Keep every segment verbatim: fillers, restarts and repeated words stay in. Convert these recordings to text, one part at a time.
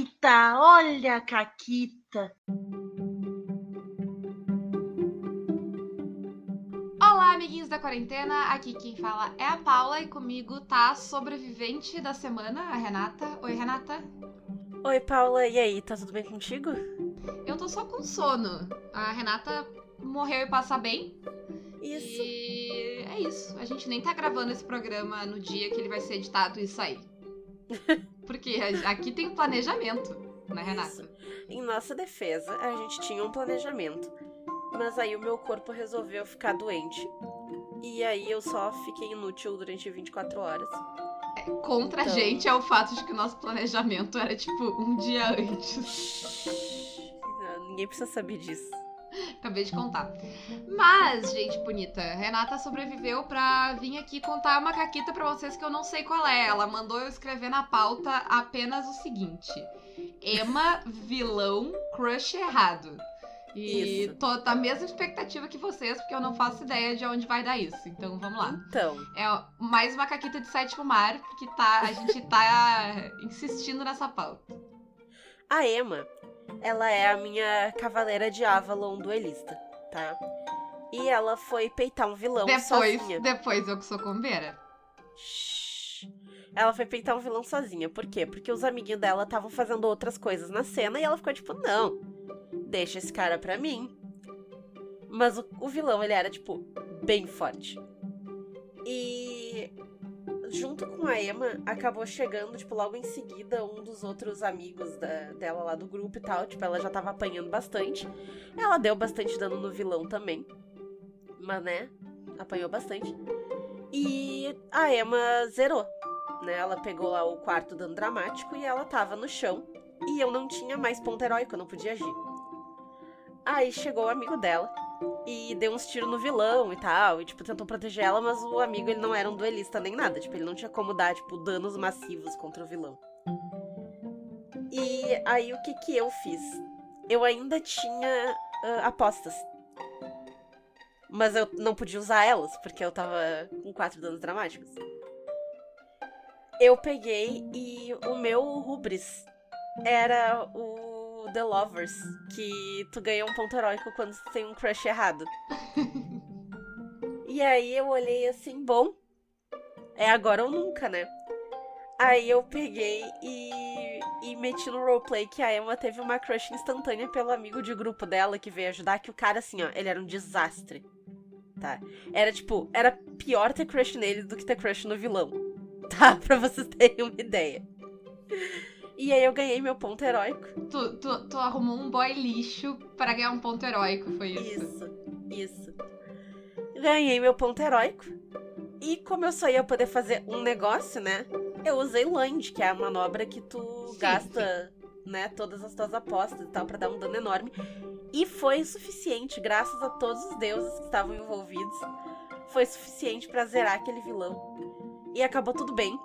Caquita, olha a Caquita. Olá, amiguinhos da quarentena, aqui quem fala é a Paula e comigo tá a sobrevivente da semana, a Renata. Oi, Renata. Oi, Paula, e aí, tá tudo bem contigo? Eu tô só com sono. A Renata morreu e passa bem. Isso. E é isso. A gente nem tá gravando esse programa no dia que ele vai ser editado e sair. Porque aqui tem planejamento, né, Renata? Isso. Em nossa defesa, a gente tinha um planejamento. Mas aí o meu corpo resolveu ficar doente. E aí eu só fiquei inútil durante vinte e quatro horas. É, contra então... a gente é o fato de que o nosso planejamento era tipo um dia antes. Não, ninguém precisa saber disso. Acabei de contar. Mas, gente bonita, Renata sobreviveu pra vir aqui contar uma caquita pra vocês que eu não sei qual é. Ela mandou eu escrever na pauta apenas o seguinte: Emma, vilão, crush errado. E isso. Tô na mesma expectativa que vocês, porque eu não faço ideia de onde vai dar isso. Então, vamos lá. Então. É mais uma caquita de sétimo mar, porque tá, a gente tá insistindo nessa pauta. A Emma, ela é a minha cavaleira de Avalon duelista, tá? E ela foi peitar um vilão depois, sozinha. Depois eu que sou combeira. Shhh. Ela foi peitar um vilão sozinha. Por quê? Porque os amiguinhos dela estavam fazendo outras coisas na cena e ela ficou tipo, não, deixa esse cara pra mim. Mas o, o vilão, ele era, tipo, bem forte. E junto com a Emma, acabou chegando, tipo, logo em seguida, um dos outros amigos da, dela lá do grupo e tal. Tipo, ela já tava apanhando bastante. Ela deu bastante dano no vilão também. Mas, né, apanhou bastante. E a Emma zerou, né? Ela pegou lá o quarto dano dramático e ela tava no chão. E eu não tinha mais ponto heróico, eu não podia agir. Aí chegou o amigo dela e deu uns tiros no vilão e tal. E, tipo, tentou proteger ela, mas o amigo, ele não era um duelista nem nada. Tipo, ele não tinha como dar, tipo, danos massivos contra o vilão. E aí, o que que eu fiz? Eu ainda tinha uh, apostas. Mas eu não podia usar elas, porque eu tava com quatro danos dramáticos. Eu peguei e o meu rubris era o The Lovers, que tu ganha um ponto heróico quando tu tem um crush errado. E aí eu olhei assim, bom, é agora ou nunca, né? Aí eu peguei e, e meti no roleplay que a Emma teve uma crush instantânea pelo amigo de grupo dela que veio ajudar, que o cara, assim, ó, ele era um desastre, tá? Era, tipo, era pior ter crush nele do que ter crush no vilão, tá? Pra vocês terem uma ideia. E aí eu ganhei meu ponto heróico. Tu, tu, tu arrumou um boy lixo pra ganhar um ponto heróico, foi isso? Isso, isso. Ganhei meu ponto heróico. E como eu só ia poder fazer um negócio, né? Eu usei Land, que é a manobra que tu sim, gasta, sim. né, todas as tuas apostas e tal, pra dar um dano enorme. E foi suficiente, graças a todos os deuses que estavam envolvidos. Foi suficiente pra zerar aquele vilão. E acabou tudo bem.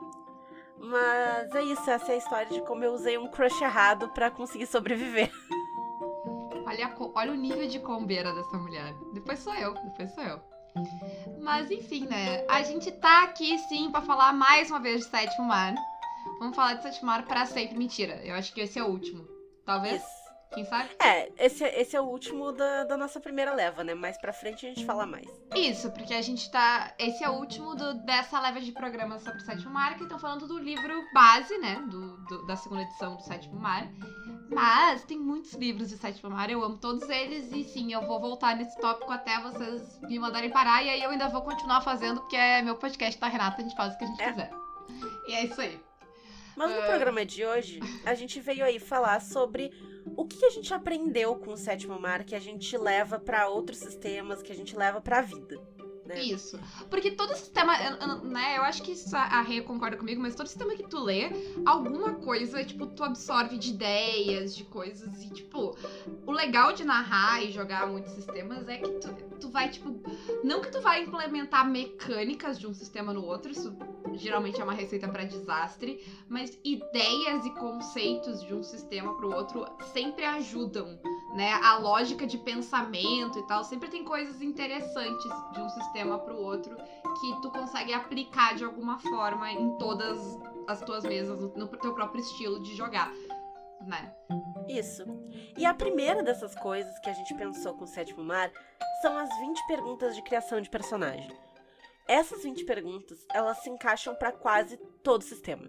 Mas é isso, essa é a história de como eu usei um crush errado pra conseguir sobreviver. Olha, a, olha o nível de combeira dessa mulher. Depois sou eu, depois sou eu. Mas enfim, né? A gente tá aqui sim pra falar mais uma vez de Sétimo Mar. Vamos falar de Sétimo Mar pra sempre. Mentira, eu acho que esse é o último. Talvez? Isso. Quem sabe? É, esse, esse é o último da, da nossa primeira leva, né? Mais pra frente a gente fala mais. Isso, porque a gente tá... Esse é o último do, dessa leva de programas sobre o Sétimo Mar, que estão falando do livro base, né? Do, do, da segunda edição do Sétimo Mar. Mas tem muitos livros de Sétimo Mar, eu amo todos eles. E sim, eu vou voltar nesse tópico até vocês me mandarem parar. E aí eu ainda vou continuar fazendo, porque é meu podcast da Renata, a gente faz o que a gente é. quiser. E é isso aí. Mas no uh... programa de hoje, a gente veio aí falar sobre o que a gente aprendeu com o Sétimo Mar, que a gente leva pra outros sistemas, que a gente leva pra vida. Né? Isso. Porque todo sistema, né, eu acho que isso a Rê concorda comigo, mas todo sistema que tu lê, alguma coisa, tipo, tu absorve de ideias, de coisas, e, tipo, o legal de narrar e jogar muitos sistemas é que tu, tu vai, tipo, não que tu vai implementar mecânicas de um sistema no outro, isso geralmente é uma receita pra desastre, mas ideias e conceitos de um sistema pro outro sempre ajudam, né? A lógica de pensamento e tal, sempre tem coisas interessantes de um sistema pro outro que tu consegue aplicar de alguma forma em todas as tuas mesas, no, no teu próprio estilo de jogar. né? Isso. E a primeira dessas coisas que a gente pensou com o Sétimo Mar são as vinte perguntas de criação de personagem. Essas vinte perguntas, elas se encaixam pra quase todo o sistema.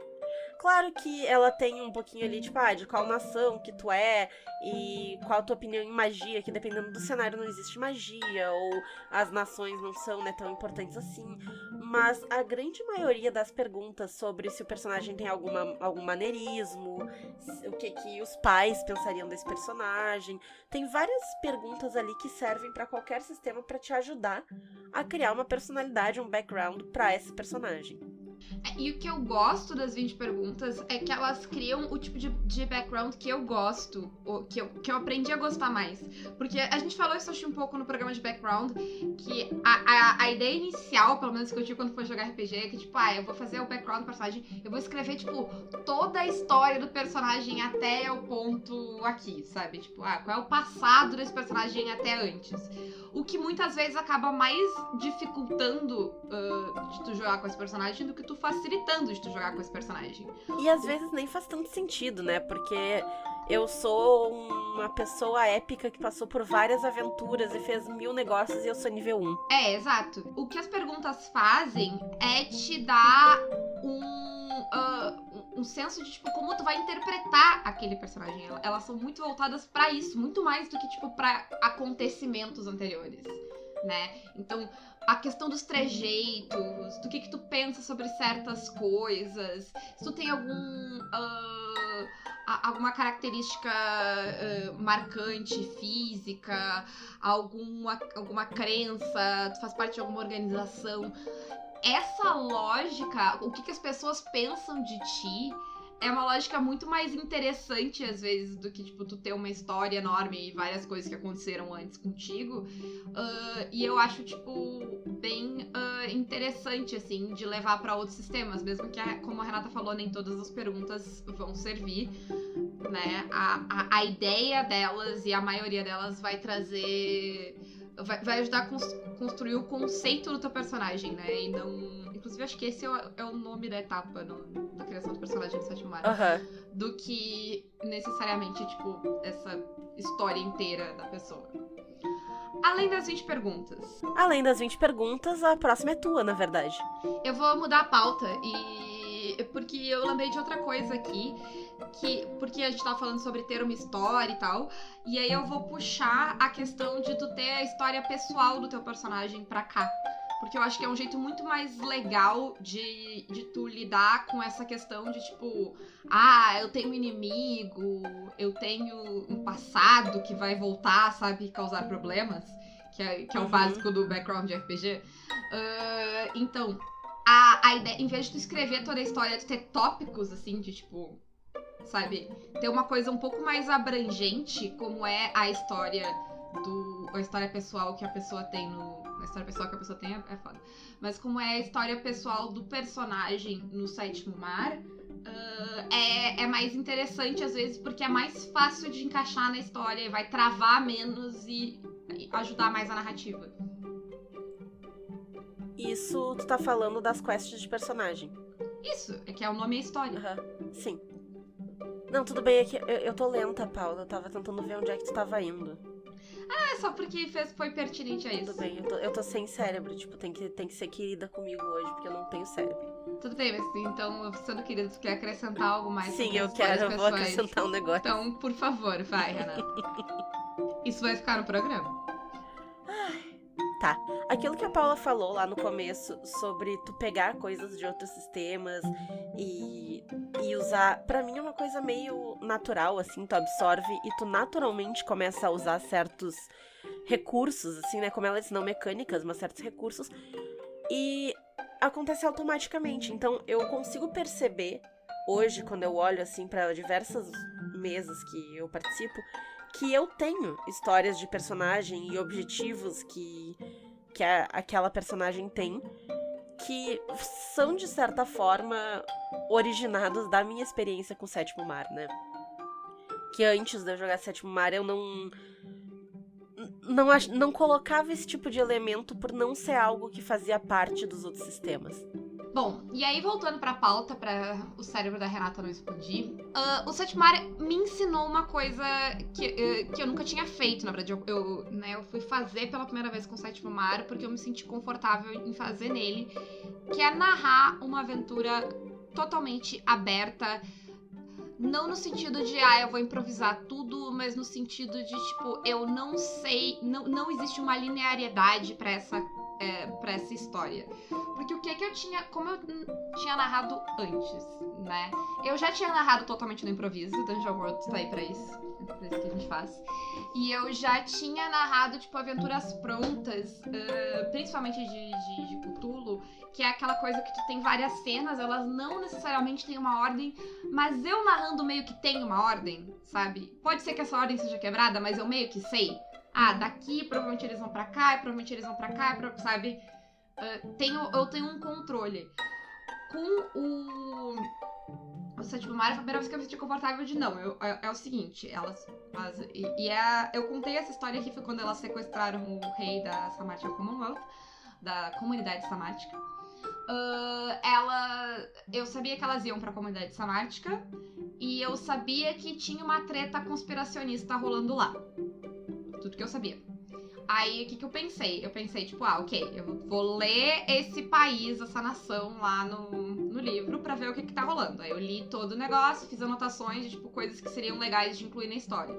Claro que ela tem um pouquinho ali, tipo, ah, de qual nação que tu é e qual a tua opinião em magia, que dependendo do cenário não existe magia, ou as nações não são, né, tão importantes assim. Mas a grande maioria das perguntas sobre se o personagem tem alguma, algum maneirismo, o que que os pais pensariam desse personagem, tem várias perguntas ali que servem pra qualquer sistema pra te ajudar a criar uma personalidade, um background pra esse personagem. E o que eu gosto das vinte perguntas é que elas criam o tipo de, de background que eu gosto, ou que eu, que eu aprendi a gostar mais. Porque a gente falou isso, acho, um pouco no programa de background, que a, a, a ideia inicial, pelo menos que eu tive quando foi jogar R P G, é que, tipo, ah, eu vou fazer o background do personagem, eu vou escrever, tipo, toda a história do personagem até o ponto aqui, sabe? Tipo, ah, qual é o passado desse personagem até antes. O que muitas vezes acaba mais dificultando uh, de tu jogar com esse personagem do que tu facilitando de tu jogar com esse personagem. E às vezes nem faz tanto sentido, né? Porque eu sou uma pessoa épica que passou por várias aventuras e fez mil negócios e eu sou nível um. É, exato. O que as perguntas fazem é te dar um, uh, um senso de, tipo, como tu vai interpretar aquele personagem. Elas são muito voltadas pra isso, muito mais do que, tipo, pra acontecimentos anteriores, né? Então, a questão dos trejeitos, do que que tu pensa sobre certas coisas, se tu tem algum... Uh, alguma característica uh, marcante, física, alguma, alguma crença, tu faz parte de alguma organização. Essa lógica, o que, que as pessoas pensam de ti, é uma lógica muito mais interessante, às vezes, do que, tipo, tu ter uma história enorme e várias coisas que aconteceram antes contigo. Uh, e eu acho, tipo, bem uh, interessante, assim, de levar pra outros sistemas. Mesmo que, a, como a Renata falou, nem todas as perguntas vão servir, né? A, a, a ideia delas e a maioria delas vai trazer... Vai, vai ajudar a cons- construir o conceito do teu personagem, né? E não... Inclusive, acho que esse é o, é o nome da etapa no, da criação do personagem do Sétimo Mar. Uhum. Do que necessariamente, tipo, essa história inteira da pessoa. Além das vinte perguntas. Além das vinte perguntas, a próxima é tua, na verdade. Eu vou mudar a pauta e... Porque eu lembrei de outra coisa aqui. Que, porque a gente tava falando sobre ter uma história e tal. E aí eu vou puxar a questão de tu ter a história pessoal do teu personagem pra cá. Porque eu acho que é um jeito muito mais legal de, de tu lidar com essa questão de, tipo... Ah, eu tenho um inimigo, eu tenho um passado que vai voltar, sabe? Causar problemas. Que é, que é o Uhum. básico do background de R P G. Uh, então, a, a ideia... Em vez de tu escrever toda a história, tu ter tópicos, assim, de, tipo... Sabe? Ter uma coisa um pouco mais abrangente, como é a história do... A história pessoal que a pessoa tem no... A história pessoal que a pessoa tem é, é foda. Mas como é a história pessoal do personagem no Sétimo Mar, uh, é, é mais interessante às vezes, porque é mais fácil de encaixar na história e vai travar menos e, e ajudar mais a narrativa. Isso tu tá falando das quests de personagem. Isso, é que é o nome é história. Uhum. Sim. Não, tudo bem, é que eu, eu tô lenta, Paula. Eu tava tentando ver onde é que tu tava indo. É só porque fez, foi pertinente a isso. Tudo bem, eu tô, eu tô sem cérebro. Tipo, tem que, tem que ser querida comigo hoje, porque eu não tenho cérebro. Tudo bem, mas então, sendo querida, tu quer acrescentar algo mais? Sim, sobre eu as histórias quero, eu vou pessoais? acrescentar um negócio. Então, por favor, vai, Renata. Isso vai ficar no programa. Tá. Aquilo que a Paula falou lá no começo sobre tu pegar coisas de outros sistemas e, e usar, pra mim é uma coisa meio natural, assim, tu absorve e tu naturalmente começa a usar certos recursos, assim, né, como elas não mecânicas, mas certos recursos, e acontece automaticamente. Então eu consigo perceber hoje, quando eu olho, assim, pra diversas mesas que eu participo, que eu tenho histórias de personagem e objetivos que, que a, aquela personagem tem, que são, de certa forma, originados da minha experiência com o Sétimo Mar, né? Que antes de eu jogar Sétimo Mar, eu não... Não, ach, não colocava esse tipo de elemento por não ser algo que fazia parte dos outros sistemas. Bom, e aí voltando pra pauta, pra o cérebro da Renata não explodir, uh, o Sétimo Mar me ensinou uma coisa que, uh, que eu nunca tinha feito, na verdade. Eu, eu, né, eu fui fazer pela primeira vez com o Sétimo Mar porque eu me senti confortável em fazer nele, que é narrar uma aventura totalmente aberta. Não no sentido de, ah, eu vou improvisar tudo, mas no sentido de, tipo, eu não sei, não, não existe uma linearidade pra essa, é, pra essa história. Porque o que é que eu tinha, como eu tinha narrado antes, né? Eu já tinha narrado totalmente no improviso, o Dungeon World tá aí pra isso, é pra isso que a gente faz. E eu já tinha narrado, tipo, aventuras prontas, uh, principalmente de, de, de Cthulhu, que é aquela coisa que tu tem várias cenas, elas não necessariamente têm uma ordem, mas eu narrando meio que tem uma ordem, sabe? Pode ser que essa ordem seja quebrada, mas eu meio que sei. Ah, daqui provavelmente eles vão pra cá, e provavelmente eles vão pra cá, sabe? Uh, tenho, eu tenho um controle. Com o, o Sétimo Mar, a primeira vez que eu me senti confortável de não. Eu, é, é o seguinte, elas. As, e e é, eu contei essa história aqui, foi quando elas sequestraram o rei da Samática Commonwealth, da comunidade samártica. Uh, ela. Eu sabia que elas iam pra comunidade samártica e eu sabia que tinha uma treta conspiracionista rolando lá. Tudo que eu sabia. Aí, o que que eu pensei? Eu pensei, tipo, ah, ok, eu vou ler esse país, essa nação lá no, no livro pra ver o que que tá rolando. Aí eu li todo o negócio, fiz anotações de, tipo, coisas que seriam legais de incluir na história.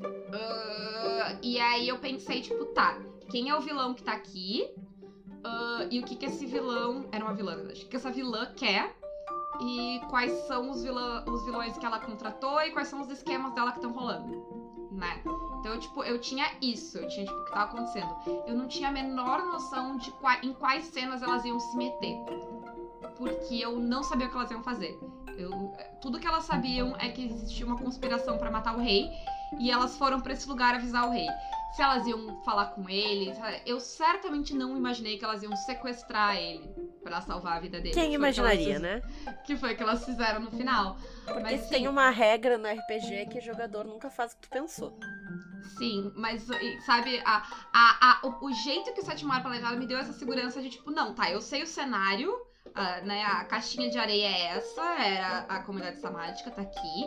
Uh, e aí eu pensei, tipo, tá, quem é o vilão que tá aqui? Uh, e o que que esse vilão... Era uma vilã, na verdade. O que que essa vilã quer? E quais são os, vilã, os vilões que ela contratou e quais são os esquemas dela que estão rolando, né? Então, eu, tipo, eu tinha isso, eu tinha, tipo, o que tava acontecendo. Eu não tinha a menor noção de qua, em quais cenas elas iam se meter. Porque eu não sabia o que elas iam fazer. Eu, tudo que elas sabiam é que existia uma conspiração pra matar o rei. E elas foram pra esse lugar avisar o rei. Se elas iam falar com ele, eu certamente não imaginei que elas iam sequestrar ele pra salvar a vida dele. Quem imaginaria, que né? Que foi o que elas fizeram no final. Porque mas, assim, tem uma regra no R P G que o jogador nunca faz o que tu pensou. Sim, mas, sabe, a, a, a, o, o jeito que o Sétimo Mar planejado me deu essa segurança de, tipo, não, tá, eu sei o cenário, uh, né, a caixinha de areia é essa, era a comunidade samática, tá aqui,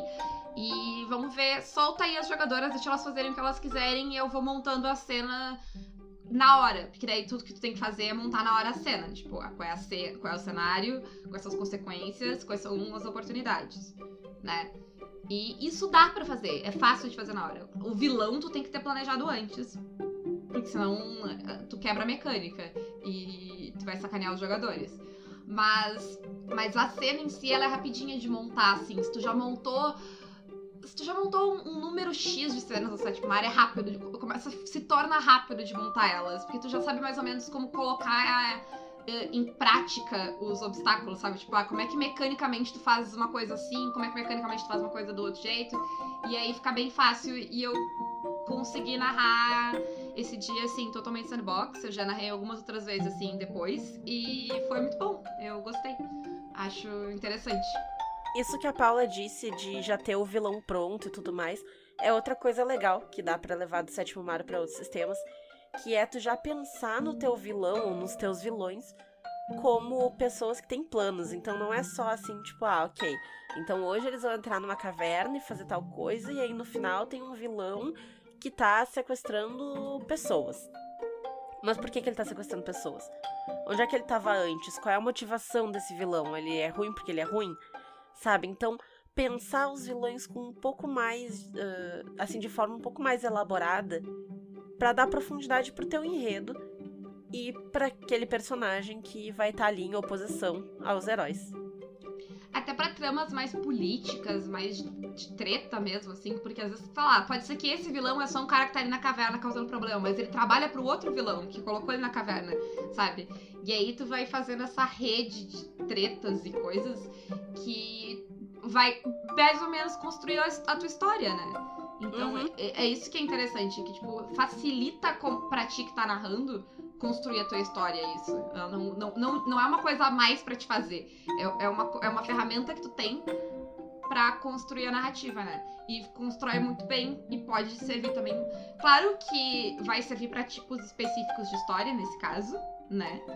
e vamos ver, solta aí as jogadoras, deixa elas fazerem o que elas quiserem e eu vou montando a cena na hora, porque daí tudo que tu tem que fazer é montar na hora a cena, tipo, qual é, a ce, qual é o cenário, quais são as consequências, quais são as oportunidades, né. E isso dá pra fazer, é fácil de fazer na hora. O vilão tu tem que ter planejado antes, porque senão tu quebra a mecânica e tu vai sacanear os jogadores. Mas, mas a cena em si, ela é rapidinha de montar, assim, se tu já montou... Se tu já montou um, um número X de cenas no Sétimo Mar, é rápido, começa, se torna rápido de montar elas, porque tu já sabe mais ou menos como colocar... em prática os obstáculos, sabe? Tipo, ah, como é que mecanicamente tu faz uma coisa assim, como é que mecanicamente tu faz uma coisa do outro jeito, e aí fica bem fácil, e eu consegui narrar esse dia, assim, totalmente sandbox, eu já narrei algumas outras vezes, assim, depois, e foi muito bom, eu gostei, acho interessante. Isso que a Paula disse de já ter o vilão pronto e tudo mais, é outra coisa legal que dá pra levar do Sétimo Mar pra outros sistemas, que é tu já pensar no teu vilão ou nos teus vilões como pessoas que têm planos. Então não é só assim, tipo, ah, ok, então hoje eles vão entrar numa caverna e fazer tal coisa, e aí no final tem um vilão que tá sequestrando pessoas. Mas por que que ele tá sequestrando pessoas? Onde é que ele tava antes? Qual é a motivação desse vilão? Ele é ruim porque ele é ruim? Sabe? Então, pensar os vilões com um pouco mais, uh, assim, de forma um pouco mais elaborada, pra dar profundidade pro teu enredo e pra aquele personagem que vai estar ali em oposição aos heróis. Até pra tramas mais políticas, mais de, de treta mesmo, assim, porque às vezes, sei lá, pode ser que esse vilão é só um cara que tá ali na caverna causando problema, mas ele trabalha pro outro vilão que colocou ele na caverna, sabe? E aí tu vai fazendo essa rede de tretas e coisas que vai mais ou menos construir a, a tua história, né? Então, uhum. é, é isso que é interessante, que, tipo, facilita com, pra ti que tá narrando construir a tua história, isso. Ela não, não, não, não é uma coisa a mais pra te fazer. É, é, uma, é uma ferramenta que tu tem pra construir a narrativa, né? E constrói muito bem e pode servir também... Claro que vai servir pra tipos específicos de história, nesse caso, né?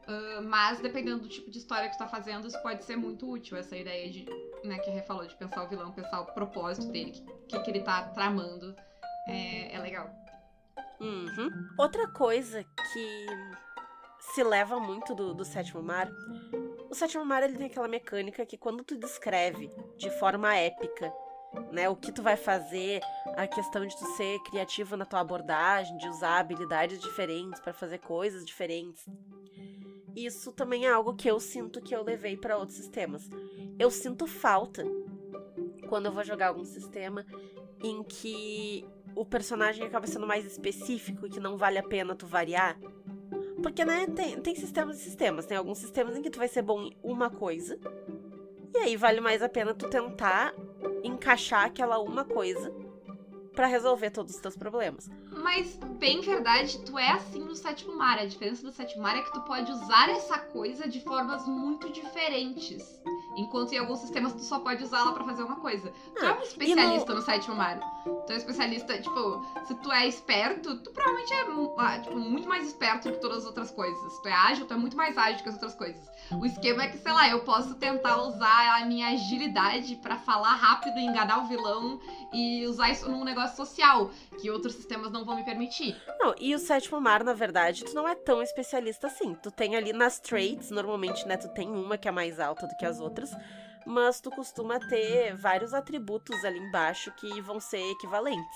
Uh, mas dependendo do tipo de história que tu tá fazendo, isso pode ser muito útil, essa ideia de, né, que a Rê falou, de pensar o vilão, pensar o propósito dele, o que, que ele tá tramando. É, é legal. Uhum. Outra coisa que se leva muito do, do Sétimo Mar, o Sétimo Mar ele tem aquela mecânica que quando tu descreve de forma épica, né, o que tu vai fazer, a questão de tu ser criativo na tua abordagem, de usar habilidades diferentes pra fazer coisas diferentes, isso também é algo que eu sinto que eu levei pra outros sistemas. Eu sinto falta quando eu vou jogar algum sistema em que o personagem acaba sendo mais específico e que não vale a pena tu variar. Porque, né, tem, tem sistemas e sistemas. Tem alguns sistemas em que tu vai ser bom em uma coisa, e aí vale mais a pena tu tentar encaixar aquela uma coisa pra resolver todos os teus problemas. Mas, bem verdade, tu é assim no Sétimo Mar. A diferença do Sétimo Mar é que tu pode usar essa coisa de formas muito diferentes. Enquanto em alguns sistemas tu só pode usá-la pra fazer uma coisa. Tu Ah, é um especialista no... no Sétimo Mar. Tu é um especialista, tipo, se tu é esperto, tu provavelmente é ah, tipo, muito mais esperto que todas as outras coisas. Se tu é ágil, tu é muito mais ágil que as outras coisas. O esquema é que, sei lá, eu posso tentar usar a minha agilidade pra falar rápido e enganar o vilão e usar isso num negócio social, que outros sistemas não vão me permitir. Não, e o Sétimo Mar, na verdade, tu não é tão especialista assim. Tu tem ali nas traits, normalmente, né, tu tem uma que é mais alta do que as outras, mas tu costuma ter vários atributos ali embaixo que vão ser equivalentes.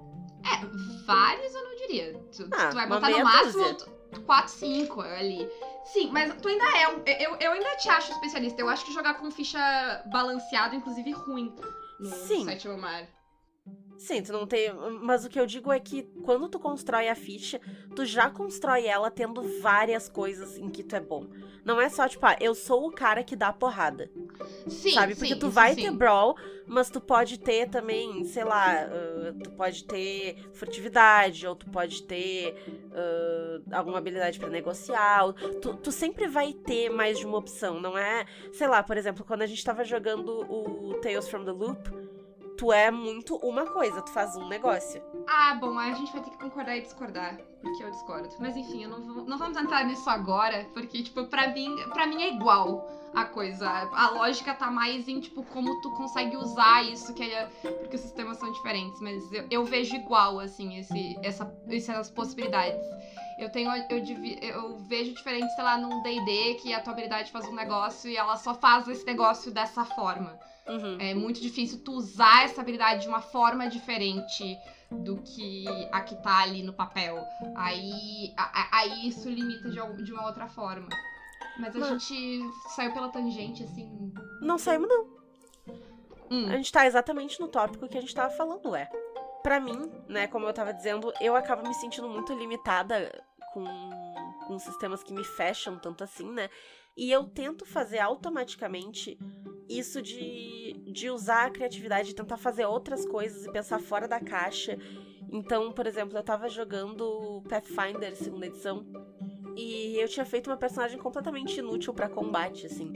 É, vários eu não diria. Tu, Ah, tu vai uma botar no meia máximo dúzia. quatro, cinco ali. Sim, mas tu ainda é um... Eu, eu ainda te acho especialista. Eu acho que jogar com ficha balanceada, inclusive, ruim no Sim. Sétimo Mar. Sim, tu não tem... Mas o que eu digo é que quando tu constrói a ficha, tu já constrói ela tendo várias coisas em que tu é bom. Não é só, tipo, ah, eu sou o cara que dá porrada. Sim, Sabe? Porque sim, tu isso vai sim. ter brawl, mas tu pode ter também, sei lá, uh, tu pode ter furtividade, ou tu pode ter uh, alguma habilidade pra negociar. Tu, tu sempre vai ter mais de uma opção, não é? Sei lá, por exemplo, quando a gente tava jogando o Tales from the Loop, tu é muito uma coisa, tu faz um negócio. Ah, bom, aí a gente vai ter que concordar e discordar, porque eu discordo. Mas enfim, eu não, vou, não vamos entrar nisso agora, porque, tipo, pra mim, pra mim é igual a coisa. A lógica tá mais em, tipo, como tu consegue usar isso, que é, porque os sistemas são diferentes, mas eu, eu vejo igual, assim, esse, essa, essas possibilidades. Eu tenho, eu, divi, eu vejo diferente, sei lá, num D e D, que a tua habilidade faz um negócio e ela só faz esse negócio dessa forma. Uhum. É muito difícil tu usar essa habilidade de uma forma diferente do que a que tá ali no papel. Aí, a, aí isso limita de, de uma outra forma. Mas a Mas... gente saiu pela tangente, assim... Não saímos, não. Hum. A gente tá exatamente no tópico que a gente tava falando, é. Pra mim, né, como eu tava dizendo, eu acabo me sentindo muito limitada com, com sistemas que me fecham tanto assim, né? E eu tento fazer automaticamente isso de, de usar a criatividade, de tentar fazer outras coisas e pensar fora da caixa. Então, por exemplo, eu tava jogando Pathfinder segunda edição e eu tinha feito uma personagem completamente inútil pra combate, assim.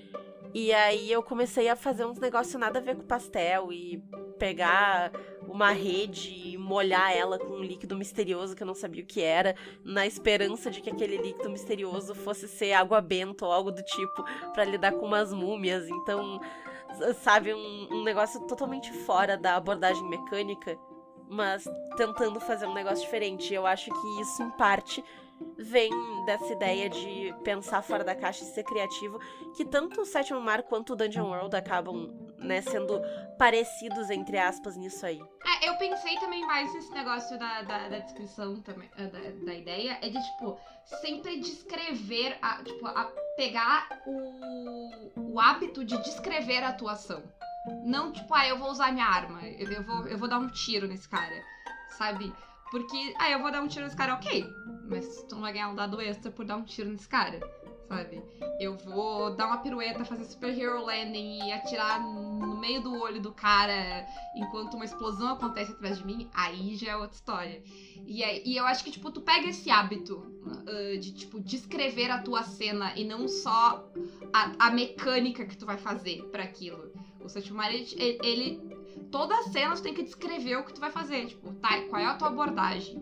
E aí eu comecei a fazer uns negócios nada a ver com pastel e pegar uma rede e molhar ela com um líquido misterioso que eu não sabia o que era, na esperança de que aquele líquido misterioso fosse ser água benta ou algo do tipo pra lidar com umas múmias. Então, sabe, um, um negócio totalmente fora da abordagem mecânica, mas tentando fazer um negócio diferente. Eu acho que isso, em parte, vem dessa ideia de pensar fora da caixa e ser criativo, que tanto o Sétimo Mar quanto o Dungeon World acabam, né, sendo parecidos, entre aspas, nisso aí. É, eu pensei também mais nesse negócio da, da, da descrição também, da, da ideia, é de, tipo, sempre descrever, a, tipo, a pegar o, o hábito de descrever a atuação. Não, tipo, ah, eu vou usar minha arma, eu, eu, vou, eu vou dar um tiro nesse cara, sabe? Porque, ah, eu vou dar um tiro nesse cara, ok, mas tu não vai ganhar um dado extra por dar um tiro nesse cara, sabe? Eu vou dar uma pirueta, fazer superhero landing e atirar no meio do olho do cara enquanto uma explosão acontece atrás de mim, aí já é outra história. E, aí, e eu acho que, tipo, tu pega esse hábito uh, de, tipo, descrever a tua cena e não só a, a mecânica que tu vai fazer pra aquilo. O Sétimo Mar, ele... ele toda a cena tu tem que descrever o que tu vai fazer, tipo, tá, qual é a tua abordagem?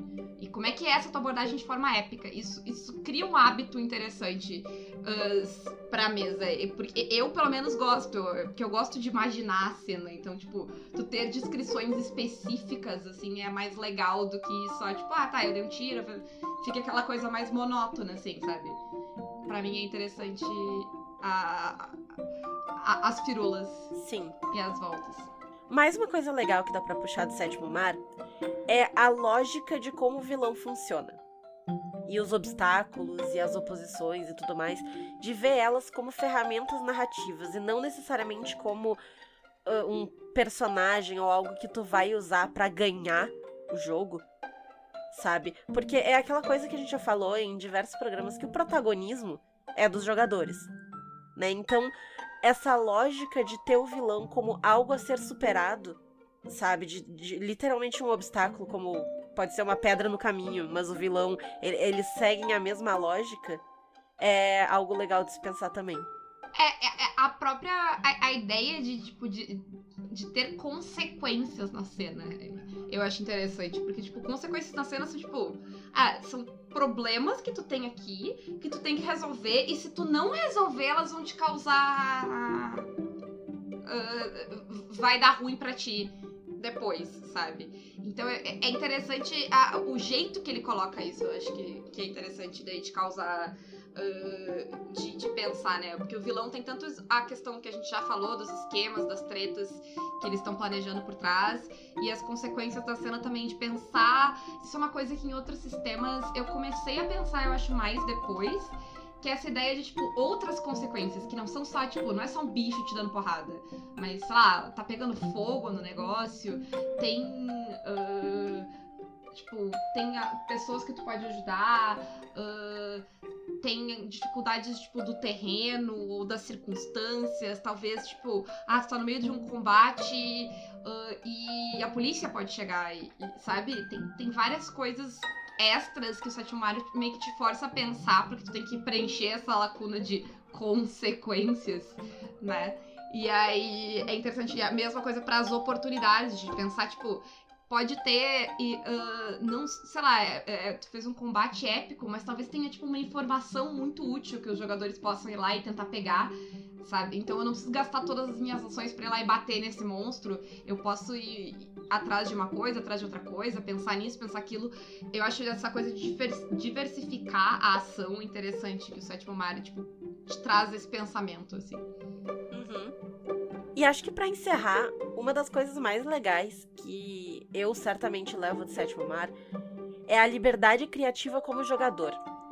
E como é que é essa tua abordagem de forma épica? Isso, isso cria um hábito interessante uh, pra mesa. Porque eu, pelo menos, gosto. Porque eu gosto de imaginar a cena. Então, tipo, tu ter descrições específicas, assim, é mais legal do que só, tipo, ah, tá, eu dei um tiro. Fica aquela coisa mais monótona, assim, sabe? Pra mim é interessante a, a, as firulas. Sim. E as voltas. Mais uma coisa legal que dá pra puxar do Sétimo Mar é a lógica de como o vilão funciona. E os obstáculos e as oposições e tudo mais, de ver elas como ferramentas narrativas e não necessariamente como uh, um personagem ou algo que tu vai usar pra ganhar o jogo, sabe? Porque é aquela coisa que a gente já falou em diversos programas, que o protagonismo é dos jogadores, né? Então, essa lógica de ter o vilão como algo a ser superado, sabe? De, de literalmente um obstáculo, como pode ser uma pedra no caminho, mas o vilão, ele, eles seguem a mesma lógica, é algo legal de se pensar também. É, é, é a própria a, a ideia de, tipo, de, de ter consequências na cena. Eu acho interessante, porque, tipo, consequências na cena são, tipo, ah, são problemas que tu tem aqui, que tu tem que resolver, e se tu não resolver, elas vão te causar... Uh, vai dar ruim pra ti depois, sabe? Então é, é interessante a, o jeito que ele coloca isso. Eu acho que, que é interessante daí de causar... Uh, de, de pensar, né? Porque o vilão tem tanto a questão que a gente já falou dos esquemas, das tretas que eles estão planejando por trás, e as consequências da cena também de pensar. Isso é uma coisa que em outros sistemas eu comecei a pensar, eu acho, mais depois, que é essa ideia de, tipo, outras consequências, que não são só, tipo, não é só um bicho te dando porrada, mas, sei lá, tá pegando fogo no negócio, tem... Uh, Tipo, tem a, pessoas que tu pode ajudar, uh, tem dificuldades, tipo, do terreno ou das circunstâncias, talvez, tipo, ah, tu tá no meio de um combate uh, e a polícia pode chegar, e, e, sabe? Tem, tem várias coisas extras que o Sétimo Mar meio que te força a pensar, porque tu tem que preencher essa lacuna de consequências, né? E aí é interessante, a mesma coisa para as oportunidades, de pensar, tipo... Pode ter, e, uh, não, sei lá, é, é, tu fez um combate épico, mas talvez tenha, tipo, uma informação muito útil que os jogadores possam ir lá e tentar pegar, sabe? Então eu não preciso gastar todas as minhas ações pra ir lá e bater nesse monstro. Eu posso ir atrás de uma coisa, atrás de outra coisa, pensar nisso, pensar aquilo. Eu acho essa coisa de diversificar a ação interessante que o Sétimo Mar, tipo, te traz esse pensamento, assim. Uhum. E acho que pra encerrar, uma das coisas mais legais que eu certamente levo de Sétimo Mar é a liberdade criativa como jogador.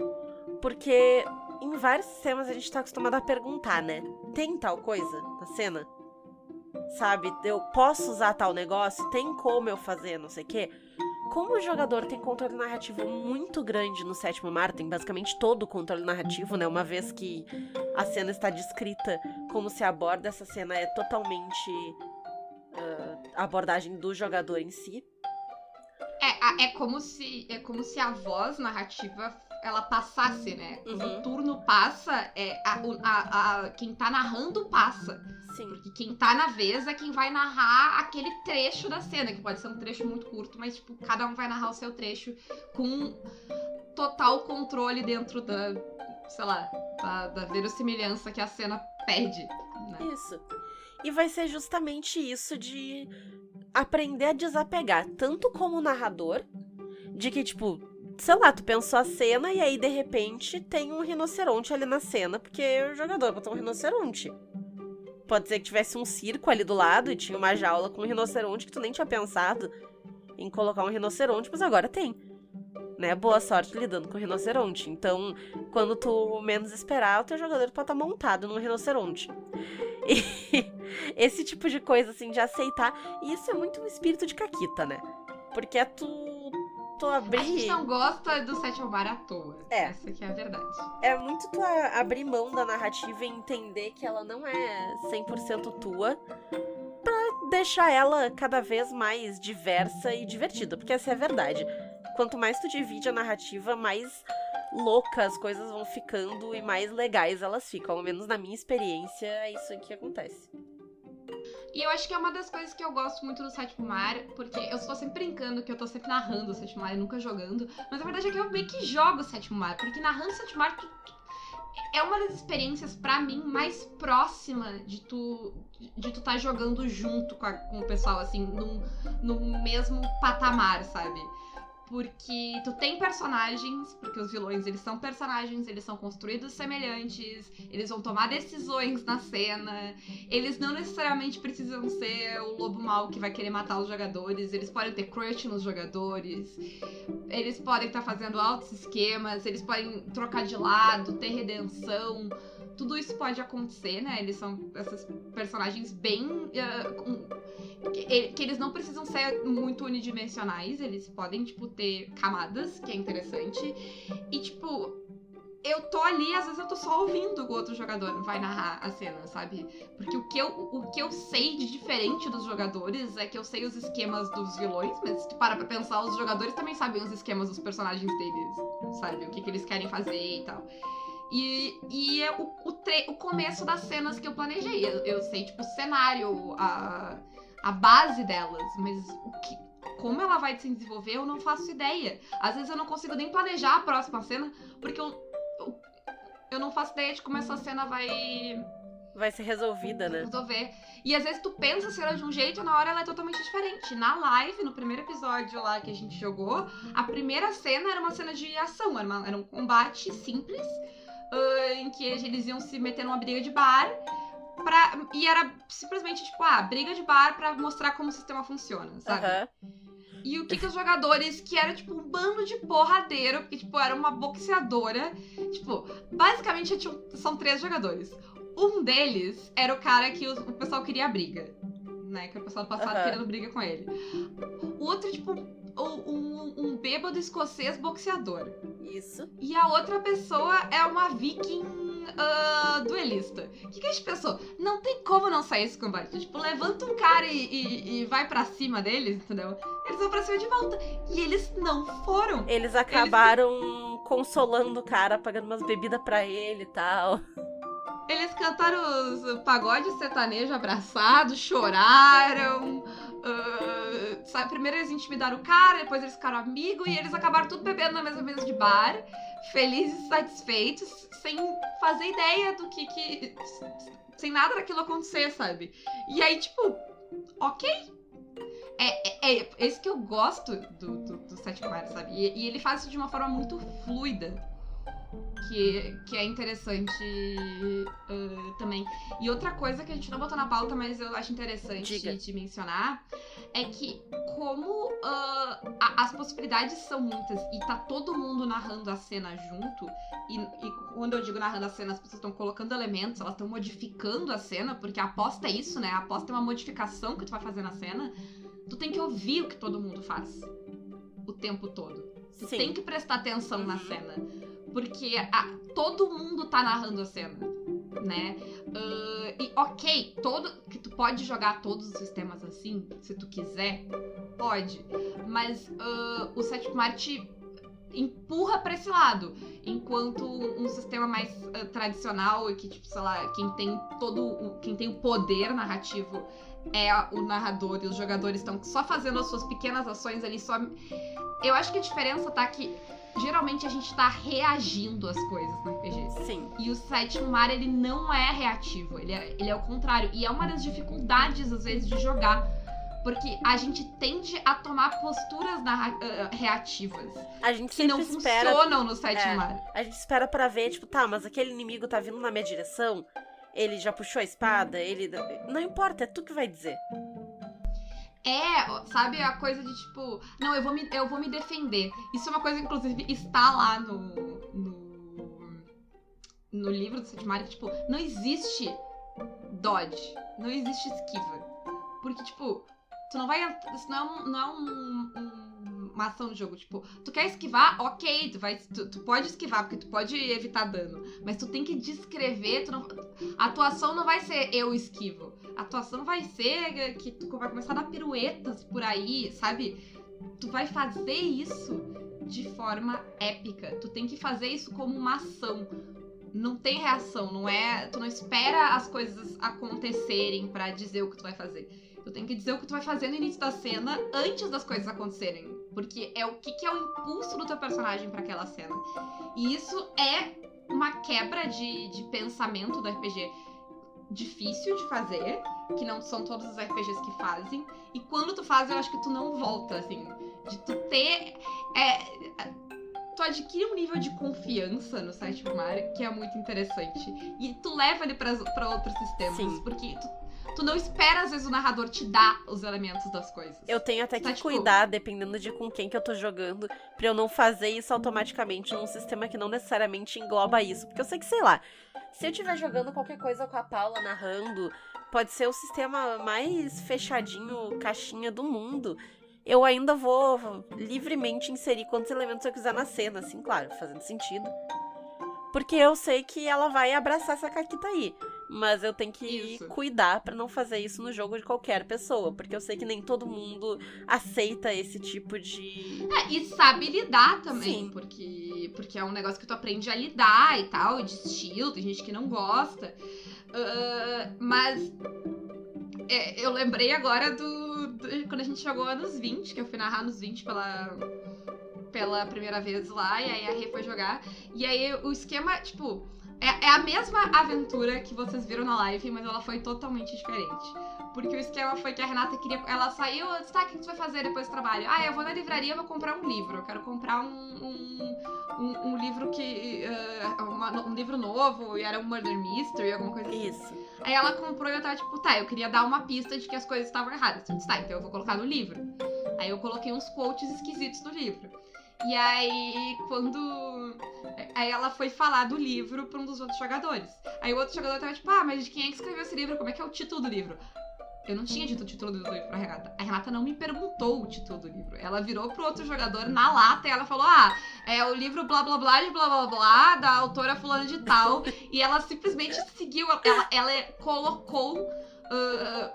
Porque em vários sistemas a gente tá acostumado a perguntar, né? Tem tal coisa na cena? Sabe? Eu posso usar tal negócio? Tem como eu fazer não sei o quê? Como o jogador tem controle narrativo muito grande no Sétimo Mar, tem basicamente todo o controle narrativo, né? Uma vez que a cena está descrita, como se aborda essa cena é totalmente uh, a abordagem do jogador em si. É, é, como se, é como se a voz narrativa, ela passasse, né? Quando Uhum. o turno passa, é, a, a, a, quem tá narrando passa. Sim. Porque quem tá na vez é quem vai narrar aquele trecho da cena, que pode ser um trecho muito curto, mas, tipo, cada um vai narrar o seu trecho com total controle dentro da, sei lá, da, da verossimilhança que a cena pede, né? Isso. E vai ser justamente isso de aprender a desapegar, tanto como narrador, de que, tipo, sei lá, tu pensou a cena e aí, de repente, tem um rinoceronte ali na cena, porque o jogador botou um rinoceronte. Pode ser que tivesse um circo ali do lado e tinha uma jaula com um rinoceronte que tu nem tinha pensado em colocar um rinoceronte, mas agora tem. Né? Boa sorte lidando com o rinoceronte. Então, quando tu menos esperar, o teu jogador pode estar montado num rinoceronte. E esse tipo de coisa, assim, de aceitar. E isso é muito um espírito de caquita, né? Porque é tu... tu abrir... A gente não gosta do Sétimo Mar à toa. É. Essa que é a verdade. É muito tu abrir mão da narrativa e entender que ela não é cem por cento tua, pra deixar ela cada vez mais diversa e divertida. Porque essa é a verdade. Quanto mais tu divide a narrativa, mais loucas as coisas vão ficando e mais legais elas ficam. Ao menos na minha experiência, é isso que acontece. E eu acho que é uma das coisas que eu gosto muito do Sétimo Mar, porque eu estou sempre brincando que eu tô sempre narrando o Sétimo Mar e nunca jogando, mas a verdade é que eu meio que jogo o Sétimo Mar, porque narrando o Sétimo Mar tu, tu, é uma das experiências, pra mim, mais próxima de tu de tu tá jogando junto com, a, com o pessoal, assim, num, num mesmo patamar, sabe? Porque tu tem personagens, porque os vilões, eles são personagens, eles são construídos semelhantes, eles vão tomar decisões na cena, eles não necessariamente precisam ser o lobo mau que vai querer matar os jogadores, eles podem ter crush nos jogadores, eles podem estar fazendo altos esquemas, eles podem trocar de lado, ter redenção, tudo isso pode acontecer, né? Eles são esses personagens bem... Uh, um, Que, que eles não precisam ser muito unidimensionais, eles podem, tipo, ter camadas, que é interessante. E, tipo, eu tô ali, às vezes eu tô só ouvindo o outro jogador vai narrar a cena, sabe? Porque o que eu, o que eu sei de diferente dos jogadores é que eu sei os esquemas dos vilões, mas se tu para pra pensar, os jogadores também sabem os esquemas dos personagens deles, sabe? O que, que eles querem fazer e tal. E, e é o, o, tre- o começo das cenas que eu planejei. Eu, eu sei, tipo, o cenário, a... a base delas, mas o que, como ela vai se desenvolver, eu não faço ideia. Às vezes eu não consigo nem planejar a próxima cena, porque eu, eu, eu não faço ideia de como essa cena vai... Vai ser resolvida, né? Resolver. E às vezes tu pensa a cena de um jeito e na hora ela é totalmente diferente. Na live, no primeiro episódio lá que a gente jogou, a primeira cena era uma cena de ação, era, uma, era um combate simples, uh, em que eles iam se meter numa briga de bar. Pra, e era simplesmente, tipo, ah, briga de bar pra mostrar como o sistema funciona, sabe? Uhum. E o que que os jogadores, que era, tipo, um bando de porradeiro, porque, tipo, era uma boxeadora, tipo, basicamente tinha, são três jogadores. Um deles era o cara que o, o pessoal queria briga, né? Que o pessoal do passado Uhum. querendo briga com ele. O outro, tipo, um, um, um bêbado escocês boxeador. Isso. E a outra pessoa é uma viking... Uh, duelista. O que, que a gente pensou? Não tem como não sair esse combate. Tipo, levanta um cara e, e, e vai pra cima deles, entendeu? Eles vão pra cima de volta. E eles não foram. Eles acabaram eles... consolando o cara, pagando umas bebidas pra ele e tal. Eles cantaram os pagode sertanejo abraçados, choraram. Uh, sabe? Primeiro eles intimidaram o cara, depois eles ficaram amigos e eles acabaram tudo bebendo na mesma mesa de bar, felizes e satisfeitos, sem fazer ideia do que que... sem nada daquilo acontecer, sabe? E aí, tipo, ok. É, é, é esse que eu gosto do, do, do Sétimo Mar, sabe? E, e ele faz isso de uma forma muito fluida. Que, que é interessante uh, também. E outra coisa que a gente não botou na pauta, mas eu acho interessante Diga. de mencionar, é que como uh, a, as possibilidades são muitas e tá todo mundo narrando a cena junto, e, e quando eu digo narrando a cena, as pessoas estão colocando elementos, elas estão modificando a cena, porque a aposta é isso, né? A aposta é uma modificação que tu vai fazer na cena. Tu tem que ouvir o que todo mundo faz o tempo todo. Tu Sim. tem que prestar atenção Uhum. na cena. Porque a, todo mundo tá narrando a cena, né? Uh, e ok, todo, que tu pode jogar todos os sistemas assim, se tu quiser, pode. Mas uh, o Sétimo Mar te empurra pra esse lado. Enquanto um sistema mais uh, tradicional, e que, tipo, sei lá, quem tem todo o, quem tem o poder narrativo é o narrador e os jogadores estão só fazendo as suas pequenas ações ali, só... Eu acho que a diferença tá que geralmente a gente tá reagindo às coisas no R P G. Sim. E o Sétimo Mar, ele não é reativo, ele é, ele é o contrário. E é uma das dificuldades, às vezes, de jogar. Porque a gente tende a tomar posturas narra- uh, reativas. A gente que sempre não espera... funcionam no Sétimo É. Mar. A gente espera pra ver, tipo, tá, mas aquele inimigo tá vindo na minha direção, ele já puxou a espada, ele... Não importa, é tu que vai dizer. É, sabe, a coisa de tipo, não, eu vou me, eu vou me defender. Isso é uma coisa, inclusive, está lá no, no, no livro do Sétimo Mar, que, tipo, não existe dodge, não existe esquiva. Porque, tipo, tu não vai, isso não é, um, não é um, um, uma ação do jogo, tipo, tu quer esquivar, ok, tu, vai, tu, tu pode esquivar, porque tu pode evitar dano, mas tu tem que descrever, tu não, a atuação não vai ser eu esquivo. A atuação vai ser que tu vai começar a dar piruetas por aí, sabe? Tu vai fazer isso de forma épica. Tu tem que fazer isso como uma ação. Não tem reação, não é... Tu não espera as coisas acontecerem pra dizer o que tu vai fazer. Tu tem que dizer o que tu vai fazer no início da cena antes das coisas acontecerem. Porque é o que, que é o impulso do teu personagem pra aquela cena. E isso é uma quebra de, de pensamento do R P G difícil de fazer, que não são todos os R P Gs que fazem. E quando tu faz, eu acho que tu não volta, assim. De tu ter... É, tu adquire um nível de confiança no sétimo mar que é muito interessante. E tu leva ele pra, pra outros sistemas. Sim. Porque tu, tu não espera, às vezes, o narrador te dar os elementos das coisas. Eu tenho até Tá, que tipo- cuidar, dependendo de com quem que eu tô jogando, pra eu não fazer isso automaticamente num sistema que não necessariamente engloba isso. Porque eu sei que, sei lá, se eu estiver jogando qualquer coisa com a Paula narrando, pode ser o sistema mais fechadinho, caixinha do mundo. Eu ainda vou livremente inserir quantos elementos eu quiser na cena, assim, claro, fazendo sentido. Porque eu sei que ela vai abraçar essa caquita aí. Mas eu tenho que Isso. cuidar pra não fazer isso no jogo de qualquer pessoa. Porque eu sei que nem todo mundo aceita esse tipo de... É, e sabe lidar também, Sim. porque, porque é um negócio que tu aprende a lidar e tal, e de estilo, tem gente que não gosta. Ah, mas é, eu lembrei agora do, do- quando a gente jogou anos vinte, que eu fui narrar nos vinte pela, pela primeira vez lá, e aí a Rê foi jogar. E aí o esquema, tipo, é, é a mesma aventura que vocês viram na live, mas ela foi totalmente diferente. Porque o esquema foi que a Renata queria. Ela saiu, eu disse, tá, o que tu vai fazer depois do trabalho? Ah, eu vou na livraria, vou comprar um livro. Eu quero comprar um, um, um, um livro que. Uh, uma- um livro novo, e era um Murder Mystery, alguma coisa assim. Isso. Aí ela comprou e eu tava tipo, tá, eu queria dar uma pista de que as coisas estavam erradas. Eu disse, tá, então eu vou colocar no livro. Aí eu coloquei uns quotes esquisitos no livro. E aí, quando. Aí ela foi falar do livro pra um dos outros jogadores. Aí o outro jogador tava tipo, ah, mas de quem é que escreveu esse livro? Como é que é o título do livro? Eu não tinha dito o título do livro pra Renata. A Renata não me perguntou o título do livro. Ela virou pro outro jogador na lata e ela falou, ah, é o livro blá blá blá de blá blá blá, da autora fulana de tal. E ela simplesmente seguiu, ela, ela colocou ah,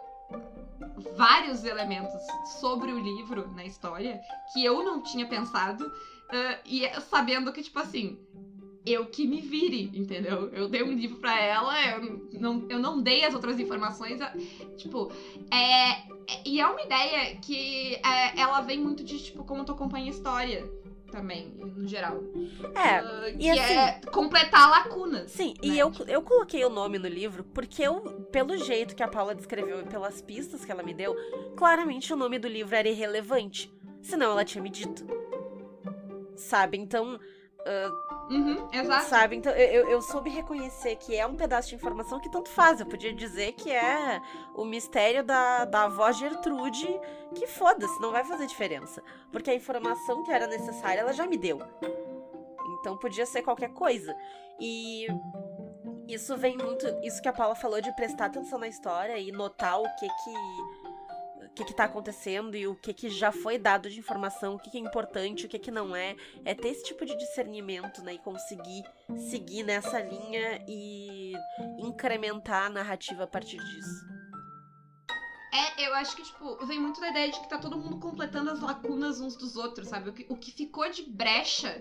vários elementos sobre o livro na história que eu não tinha pensado. ah, e sabendo que, tipo assim, eu que me vire, entendeu? Eu dei um livro pra ela, eu não, eu não dei as outras informações. Tipo, é, é- e é uma ideia que é, ela vem muito de, tipo, como tu acompanha a história também, no geral. É, Ah, e que assim- é completar lacunas. Sim, né? e eu, eu coloquei o nome no livro porque eu, pelo jeito que a Paula descreveu e pelas pistas que ela me deu, claramente o nome do livro era irrelevante. Senão ela tinha me dito. Sabe? Então, Uhum, exato. sabe? Então eu, eu- eu soube reconhecer que é um pedaço de informação que tanto faz. Eu podia dizer que é o mistério da, da avó Gertrude, que foda-se, não vai fazer diferença. Porque a informação que era necessária ela já me deu. Então podia ser qualquer coisa. E isso vem muito. Isso que a Paula falou de prestar atenção na história e notar o que que. O que que tá acontecendo e o que que já foi dado de informação, o que que é importante, o que que não é. É ter esse tipo de discernimento, né? E conseguir seguir nessa linha e incrementar a narrativa a partir disso. É, eu acho que, tipo, vem muito da ideia de que tá todo mundo completando as lacunas uns dos outros, sabe? O que, o que ficou de brecha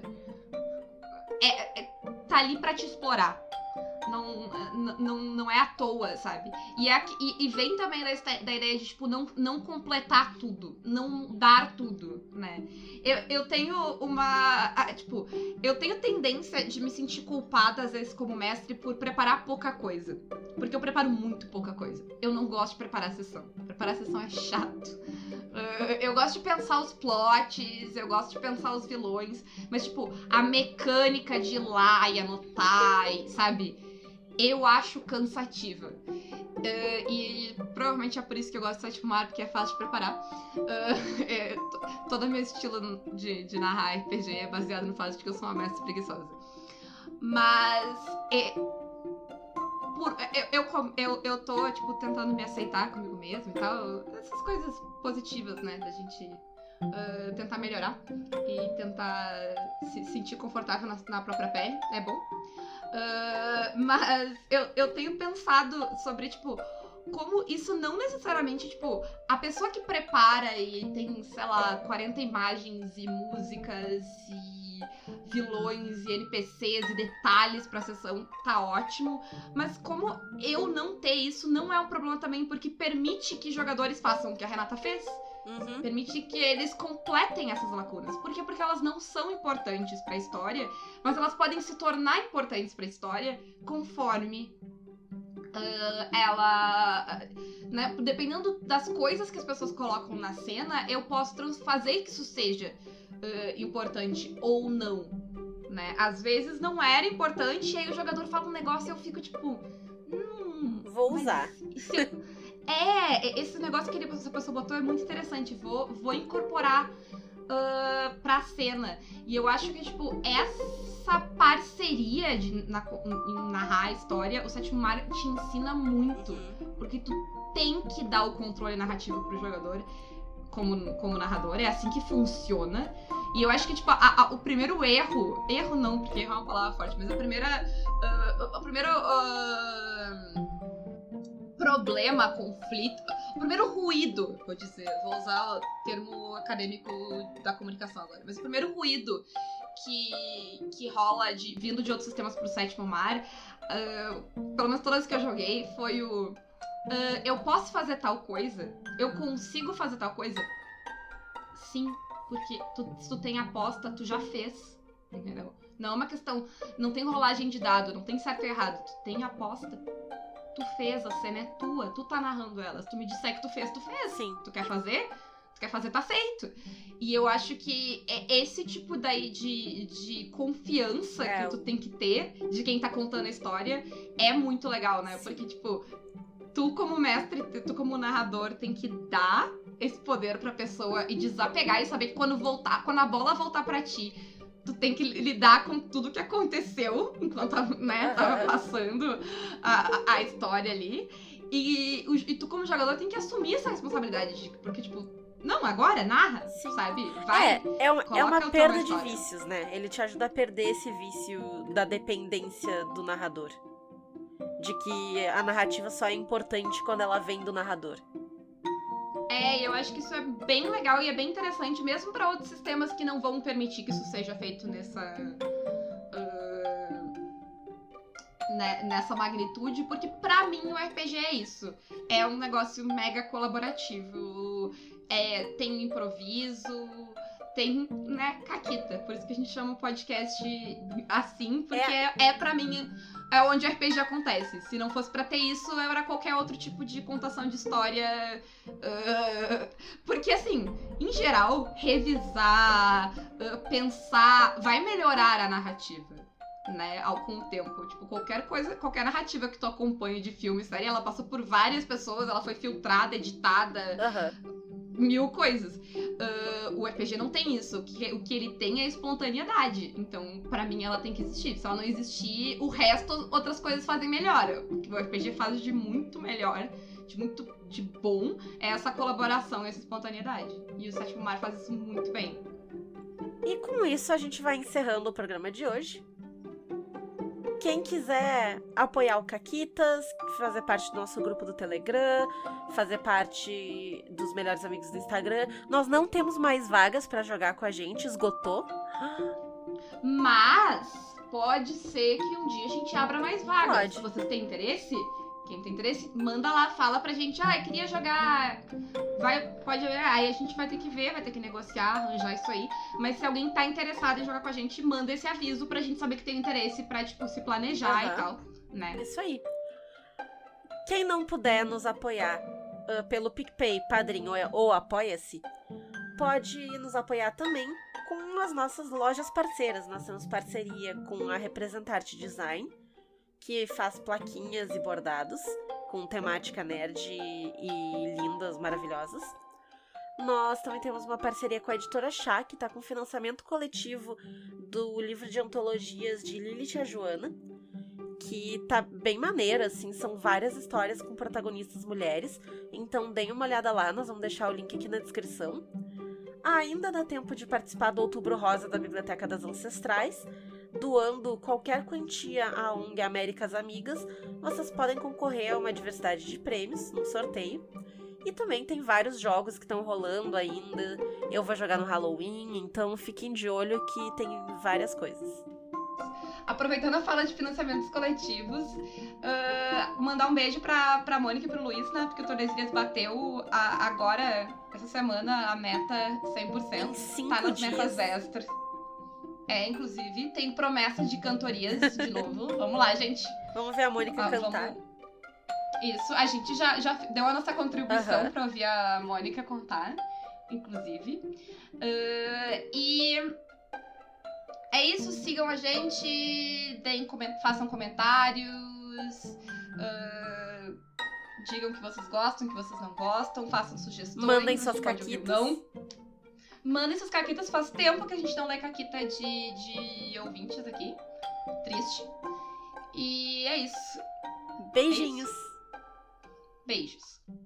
é, é- tá ali pra te explorar. Não, n- não, não é à toa, sabe? E, é aqui- e, e vem também da, esta- da ideia de, tipo, não, não completar tudo. Não dar tudo, né? Eu, eu tenho uma... ah, Tipo, eu tenho tendência de me sentir culpada, às vezes, como mestre, por preparar pouca coisa. Porque eu preparo muito pouca coisa. Eu não gosto de preparar a sessão. Preparar a sessão é chato. Uh, eu gosto de pensar os plots, eu gosto de pensar os vilões, mas, tipo, a mecânica de ir lá e anotar, e, sabe? Eu acho cansativa. Uh, e provavelmente é por isso que eu gosto de Sétimo Mar, porque é fácil de preparar. Uh, é, to- todo o meu estilo de, de narrar R P G é baseado no fato de que eu sou uma mestre preguiçosa. Mas é, por- eu, eu, com- eu, eu tô, tipo, tentando me aceitar comigo mesmo e tal. Essas coisas positivas, né? Da gente uh, tentar melhorar e tentar se sentir confortável na, na própria pele. É bom. Uh, mas eu, eu tenho pensado sobre, tipo, como isso não necessariamente, tipo, a pessoa que prepara e tem, sei lá, quarenta imagens e músicas e e vilões e N P Cs e detalhes pra sessão, tá ótimo. Mas como eu não ter isso não é um problema também, porque permite que jogadores façam o que a Renata fez. Uhum. Permite que eles completem essas lacunas. Por quê? Porque elas não são importantes pra história, mas elas podem se tornar importantes pra história conforme uh, ela... Né, dependendo das coisas que as pessoas colocam na cena, eu posso trans- fazer que isso seja uh, importante ou não. Né? Às vezes não era importante, e aí o jogador fala um negócio e eu fico tipo... Hum, Vou mas usar. se eu- É, esse negócio que ele, essa pessoa botou é muito interessante. Vou, vou incorporar uh, pra cena. E eu acho que, tipo, essa parceria de na, em narrar a história, o Sétimo Mar te ensina muito. Uhum. Porque tu tem que dar o controle narrativo pro jogador como, como narrador. É assim que funciona. E eu acho que, tipo, a, a, o primeiro erro... Erro não, porque erro é uma palavra forte. Mas a primeira... Uh, o primeiro... Uh, problema, conflito, o primeiro ruído, vou dizer, vou usar o termo acadêmico da comunicação agora, mas o primeiro ruído que, que rola de, vindo de outros sistemas pro Sétimo Mar, uh, pelo menos todas que eu joguei, foi o uh, eu posso fazer tal coisa? Eu consigo fazer tal coisa? Sim, porque tu, se tu tem aposta, tu já fez, entendeu? Não é uma questão, não tem rolagem de dado, não tem certo e errado, tu tem aposta. Tu fez, a cena é tua, tu tá narrando ela. Se tu me disser que tu fez, tu fez. Sim. Tu quer fazer? Tu quer fazer, tá feito. E eu acho que é esse tipo daí de, de confiança É, que tu tem que ter de quem tá contando a história é muito legal, né? Sim. Porque, tipo, tu como mestre, tu como narrador tem que dar esse poder pra pessoa e desapegar e saber que quando voltar, quando a bola voltar pra ti, tu tem que lidar com tudo que aconteceu enquanto, né, tava passando a, a história ali. E, o- e tu, como jogador, tem que assumir essa responsabilidade. de- Porque, tipo, não, agora narra, Sim. sabe? Vai. É, é, um- é coloca uma o teu perda na de história. vícios, né? Ele te ajuda a perder esse vício da dependência do narrador. De que a narrativa só é importante quando ela vem do narrador. É, eu acho que isso é bem legal e é bem interessante, mesmo pra outros sistemas que não vão permitir que isso seja feito nessa. ah, né, nessa magnitude, porque pra mim o R P G é isso. É um negócio mega colaborativo. É, tem porque tem, né, caquita. Por isso que a gente chama o podcast assim, porque é, é pra mim, é onde o R P G acontece. Se não fosse pra ter isso, era qualquer outro tipo de contação de história. Uh, porque, assim, em geral, revisar, uh, pensar, vai melhorar a narrativa. Né, ao com o tempo, tipo, qualquer coisa, qualquer narrativa que tu acompanhe de filme, série, ela passou por várias pessoas, ela foi filtrada, editada, Aham. mil coisas. Uh, o R P G não tem isso, o que, o que ele tem é espontaneidade, então, pra mim, ela tem que existir. Se ela não existir, o resto, outras coisas fazem melhor. O que o R P G faz de muito melhor, de muito de bom, é essa colaboração, essa espontaneidade. E o Sétimo Mar faz isso muito bem. E com isso a gente vai encerrando o programa de hoje. Quem quiser apoiar o Caquitas, fazer parte do nosso grupo do Telegram, fazer parte dos melhores amigos do Instagram, nós não temos mais vagas pra jogar com a gente, esgotou. Mas pode ser que um dia a gente abra mais vagas. Pode. Se vocês têm interesse, quem tem interesse, manda lá, fala pra gente, ah, eu queria jogar. Vai, pode jogar. Aí a gente vai ter que ver, vai ter que negociar, arranjar isso aí. Mas se alguém tá interessado em jogar com a gente, manda esse aviso pra gente saber que tem interesse pra, tipo, se planejar Aham. e tal, né? Isso aí. Quem não puder nos apoiar uh, pelo PicPay, Padrim ou, ou Apoia-se, pode nos apoiar também com as nossas lojas parceiras. Nós temos parceria com a Representarte Design, que faz plaquinhas e bordados com temática nerd e lindas, maravilhosas. Nós também temos uma parceria com a Editora Chá, que está com financiamento coletivo do livro de antologias de Lilith e a Joana, que tá bem maneira, assim, são várias histórias com protagonistas mulheres, então deem uma olhada lá, nós vamos deixar o link aqui na descrição. Ainda dá tempo de participar do Outubro Rosa da Biblioteca das Ancestrais, doando qualquer quantia à O N G Américas Amigas, vocês podem concorrer a uma diversidade de prêmios, num sorteio. E também tem vários jogos que estão rolando ainda. Eu vou jogar no Halloween, então fiquem de olho que tem várias coisas. Aproveitando a fala de financiamentos coletivos, uh, mandar um beijo pra, pra Mônica e pro Luiz, né? Porque o Tordesilhas bateu a, agora, essa semana, a meta cem por cento. Em cinco tá nas dias. metas extras. É, inclusive, tem promessa de cantorias de novo. Vamos lá, gente. Vamos ver a Mônica Ah, cantar. vamos... Isso, a gente já, já deu a nossa contribuição Aham. pra ouvir a Mônica contar, inclusive. Uh, e é isso, sigam a gente, deem, coment- façam comentários, uh, digam que vocês gostam, que vocês não gostam, façam sugestões. Mandem a suas gente pode ouvir caquitas. Não. Mandem suas caquitas, faz tempo que a gente não lê caquita de, de ouvintes aqui. Triste. E é isso. Beijinhos. Beijos.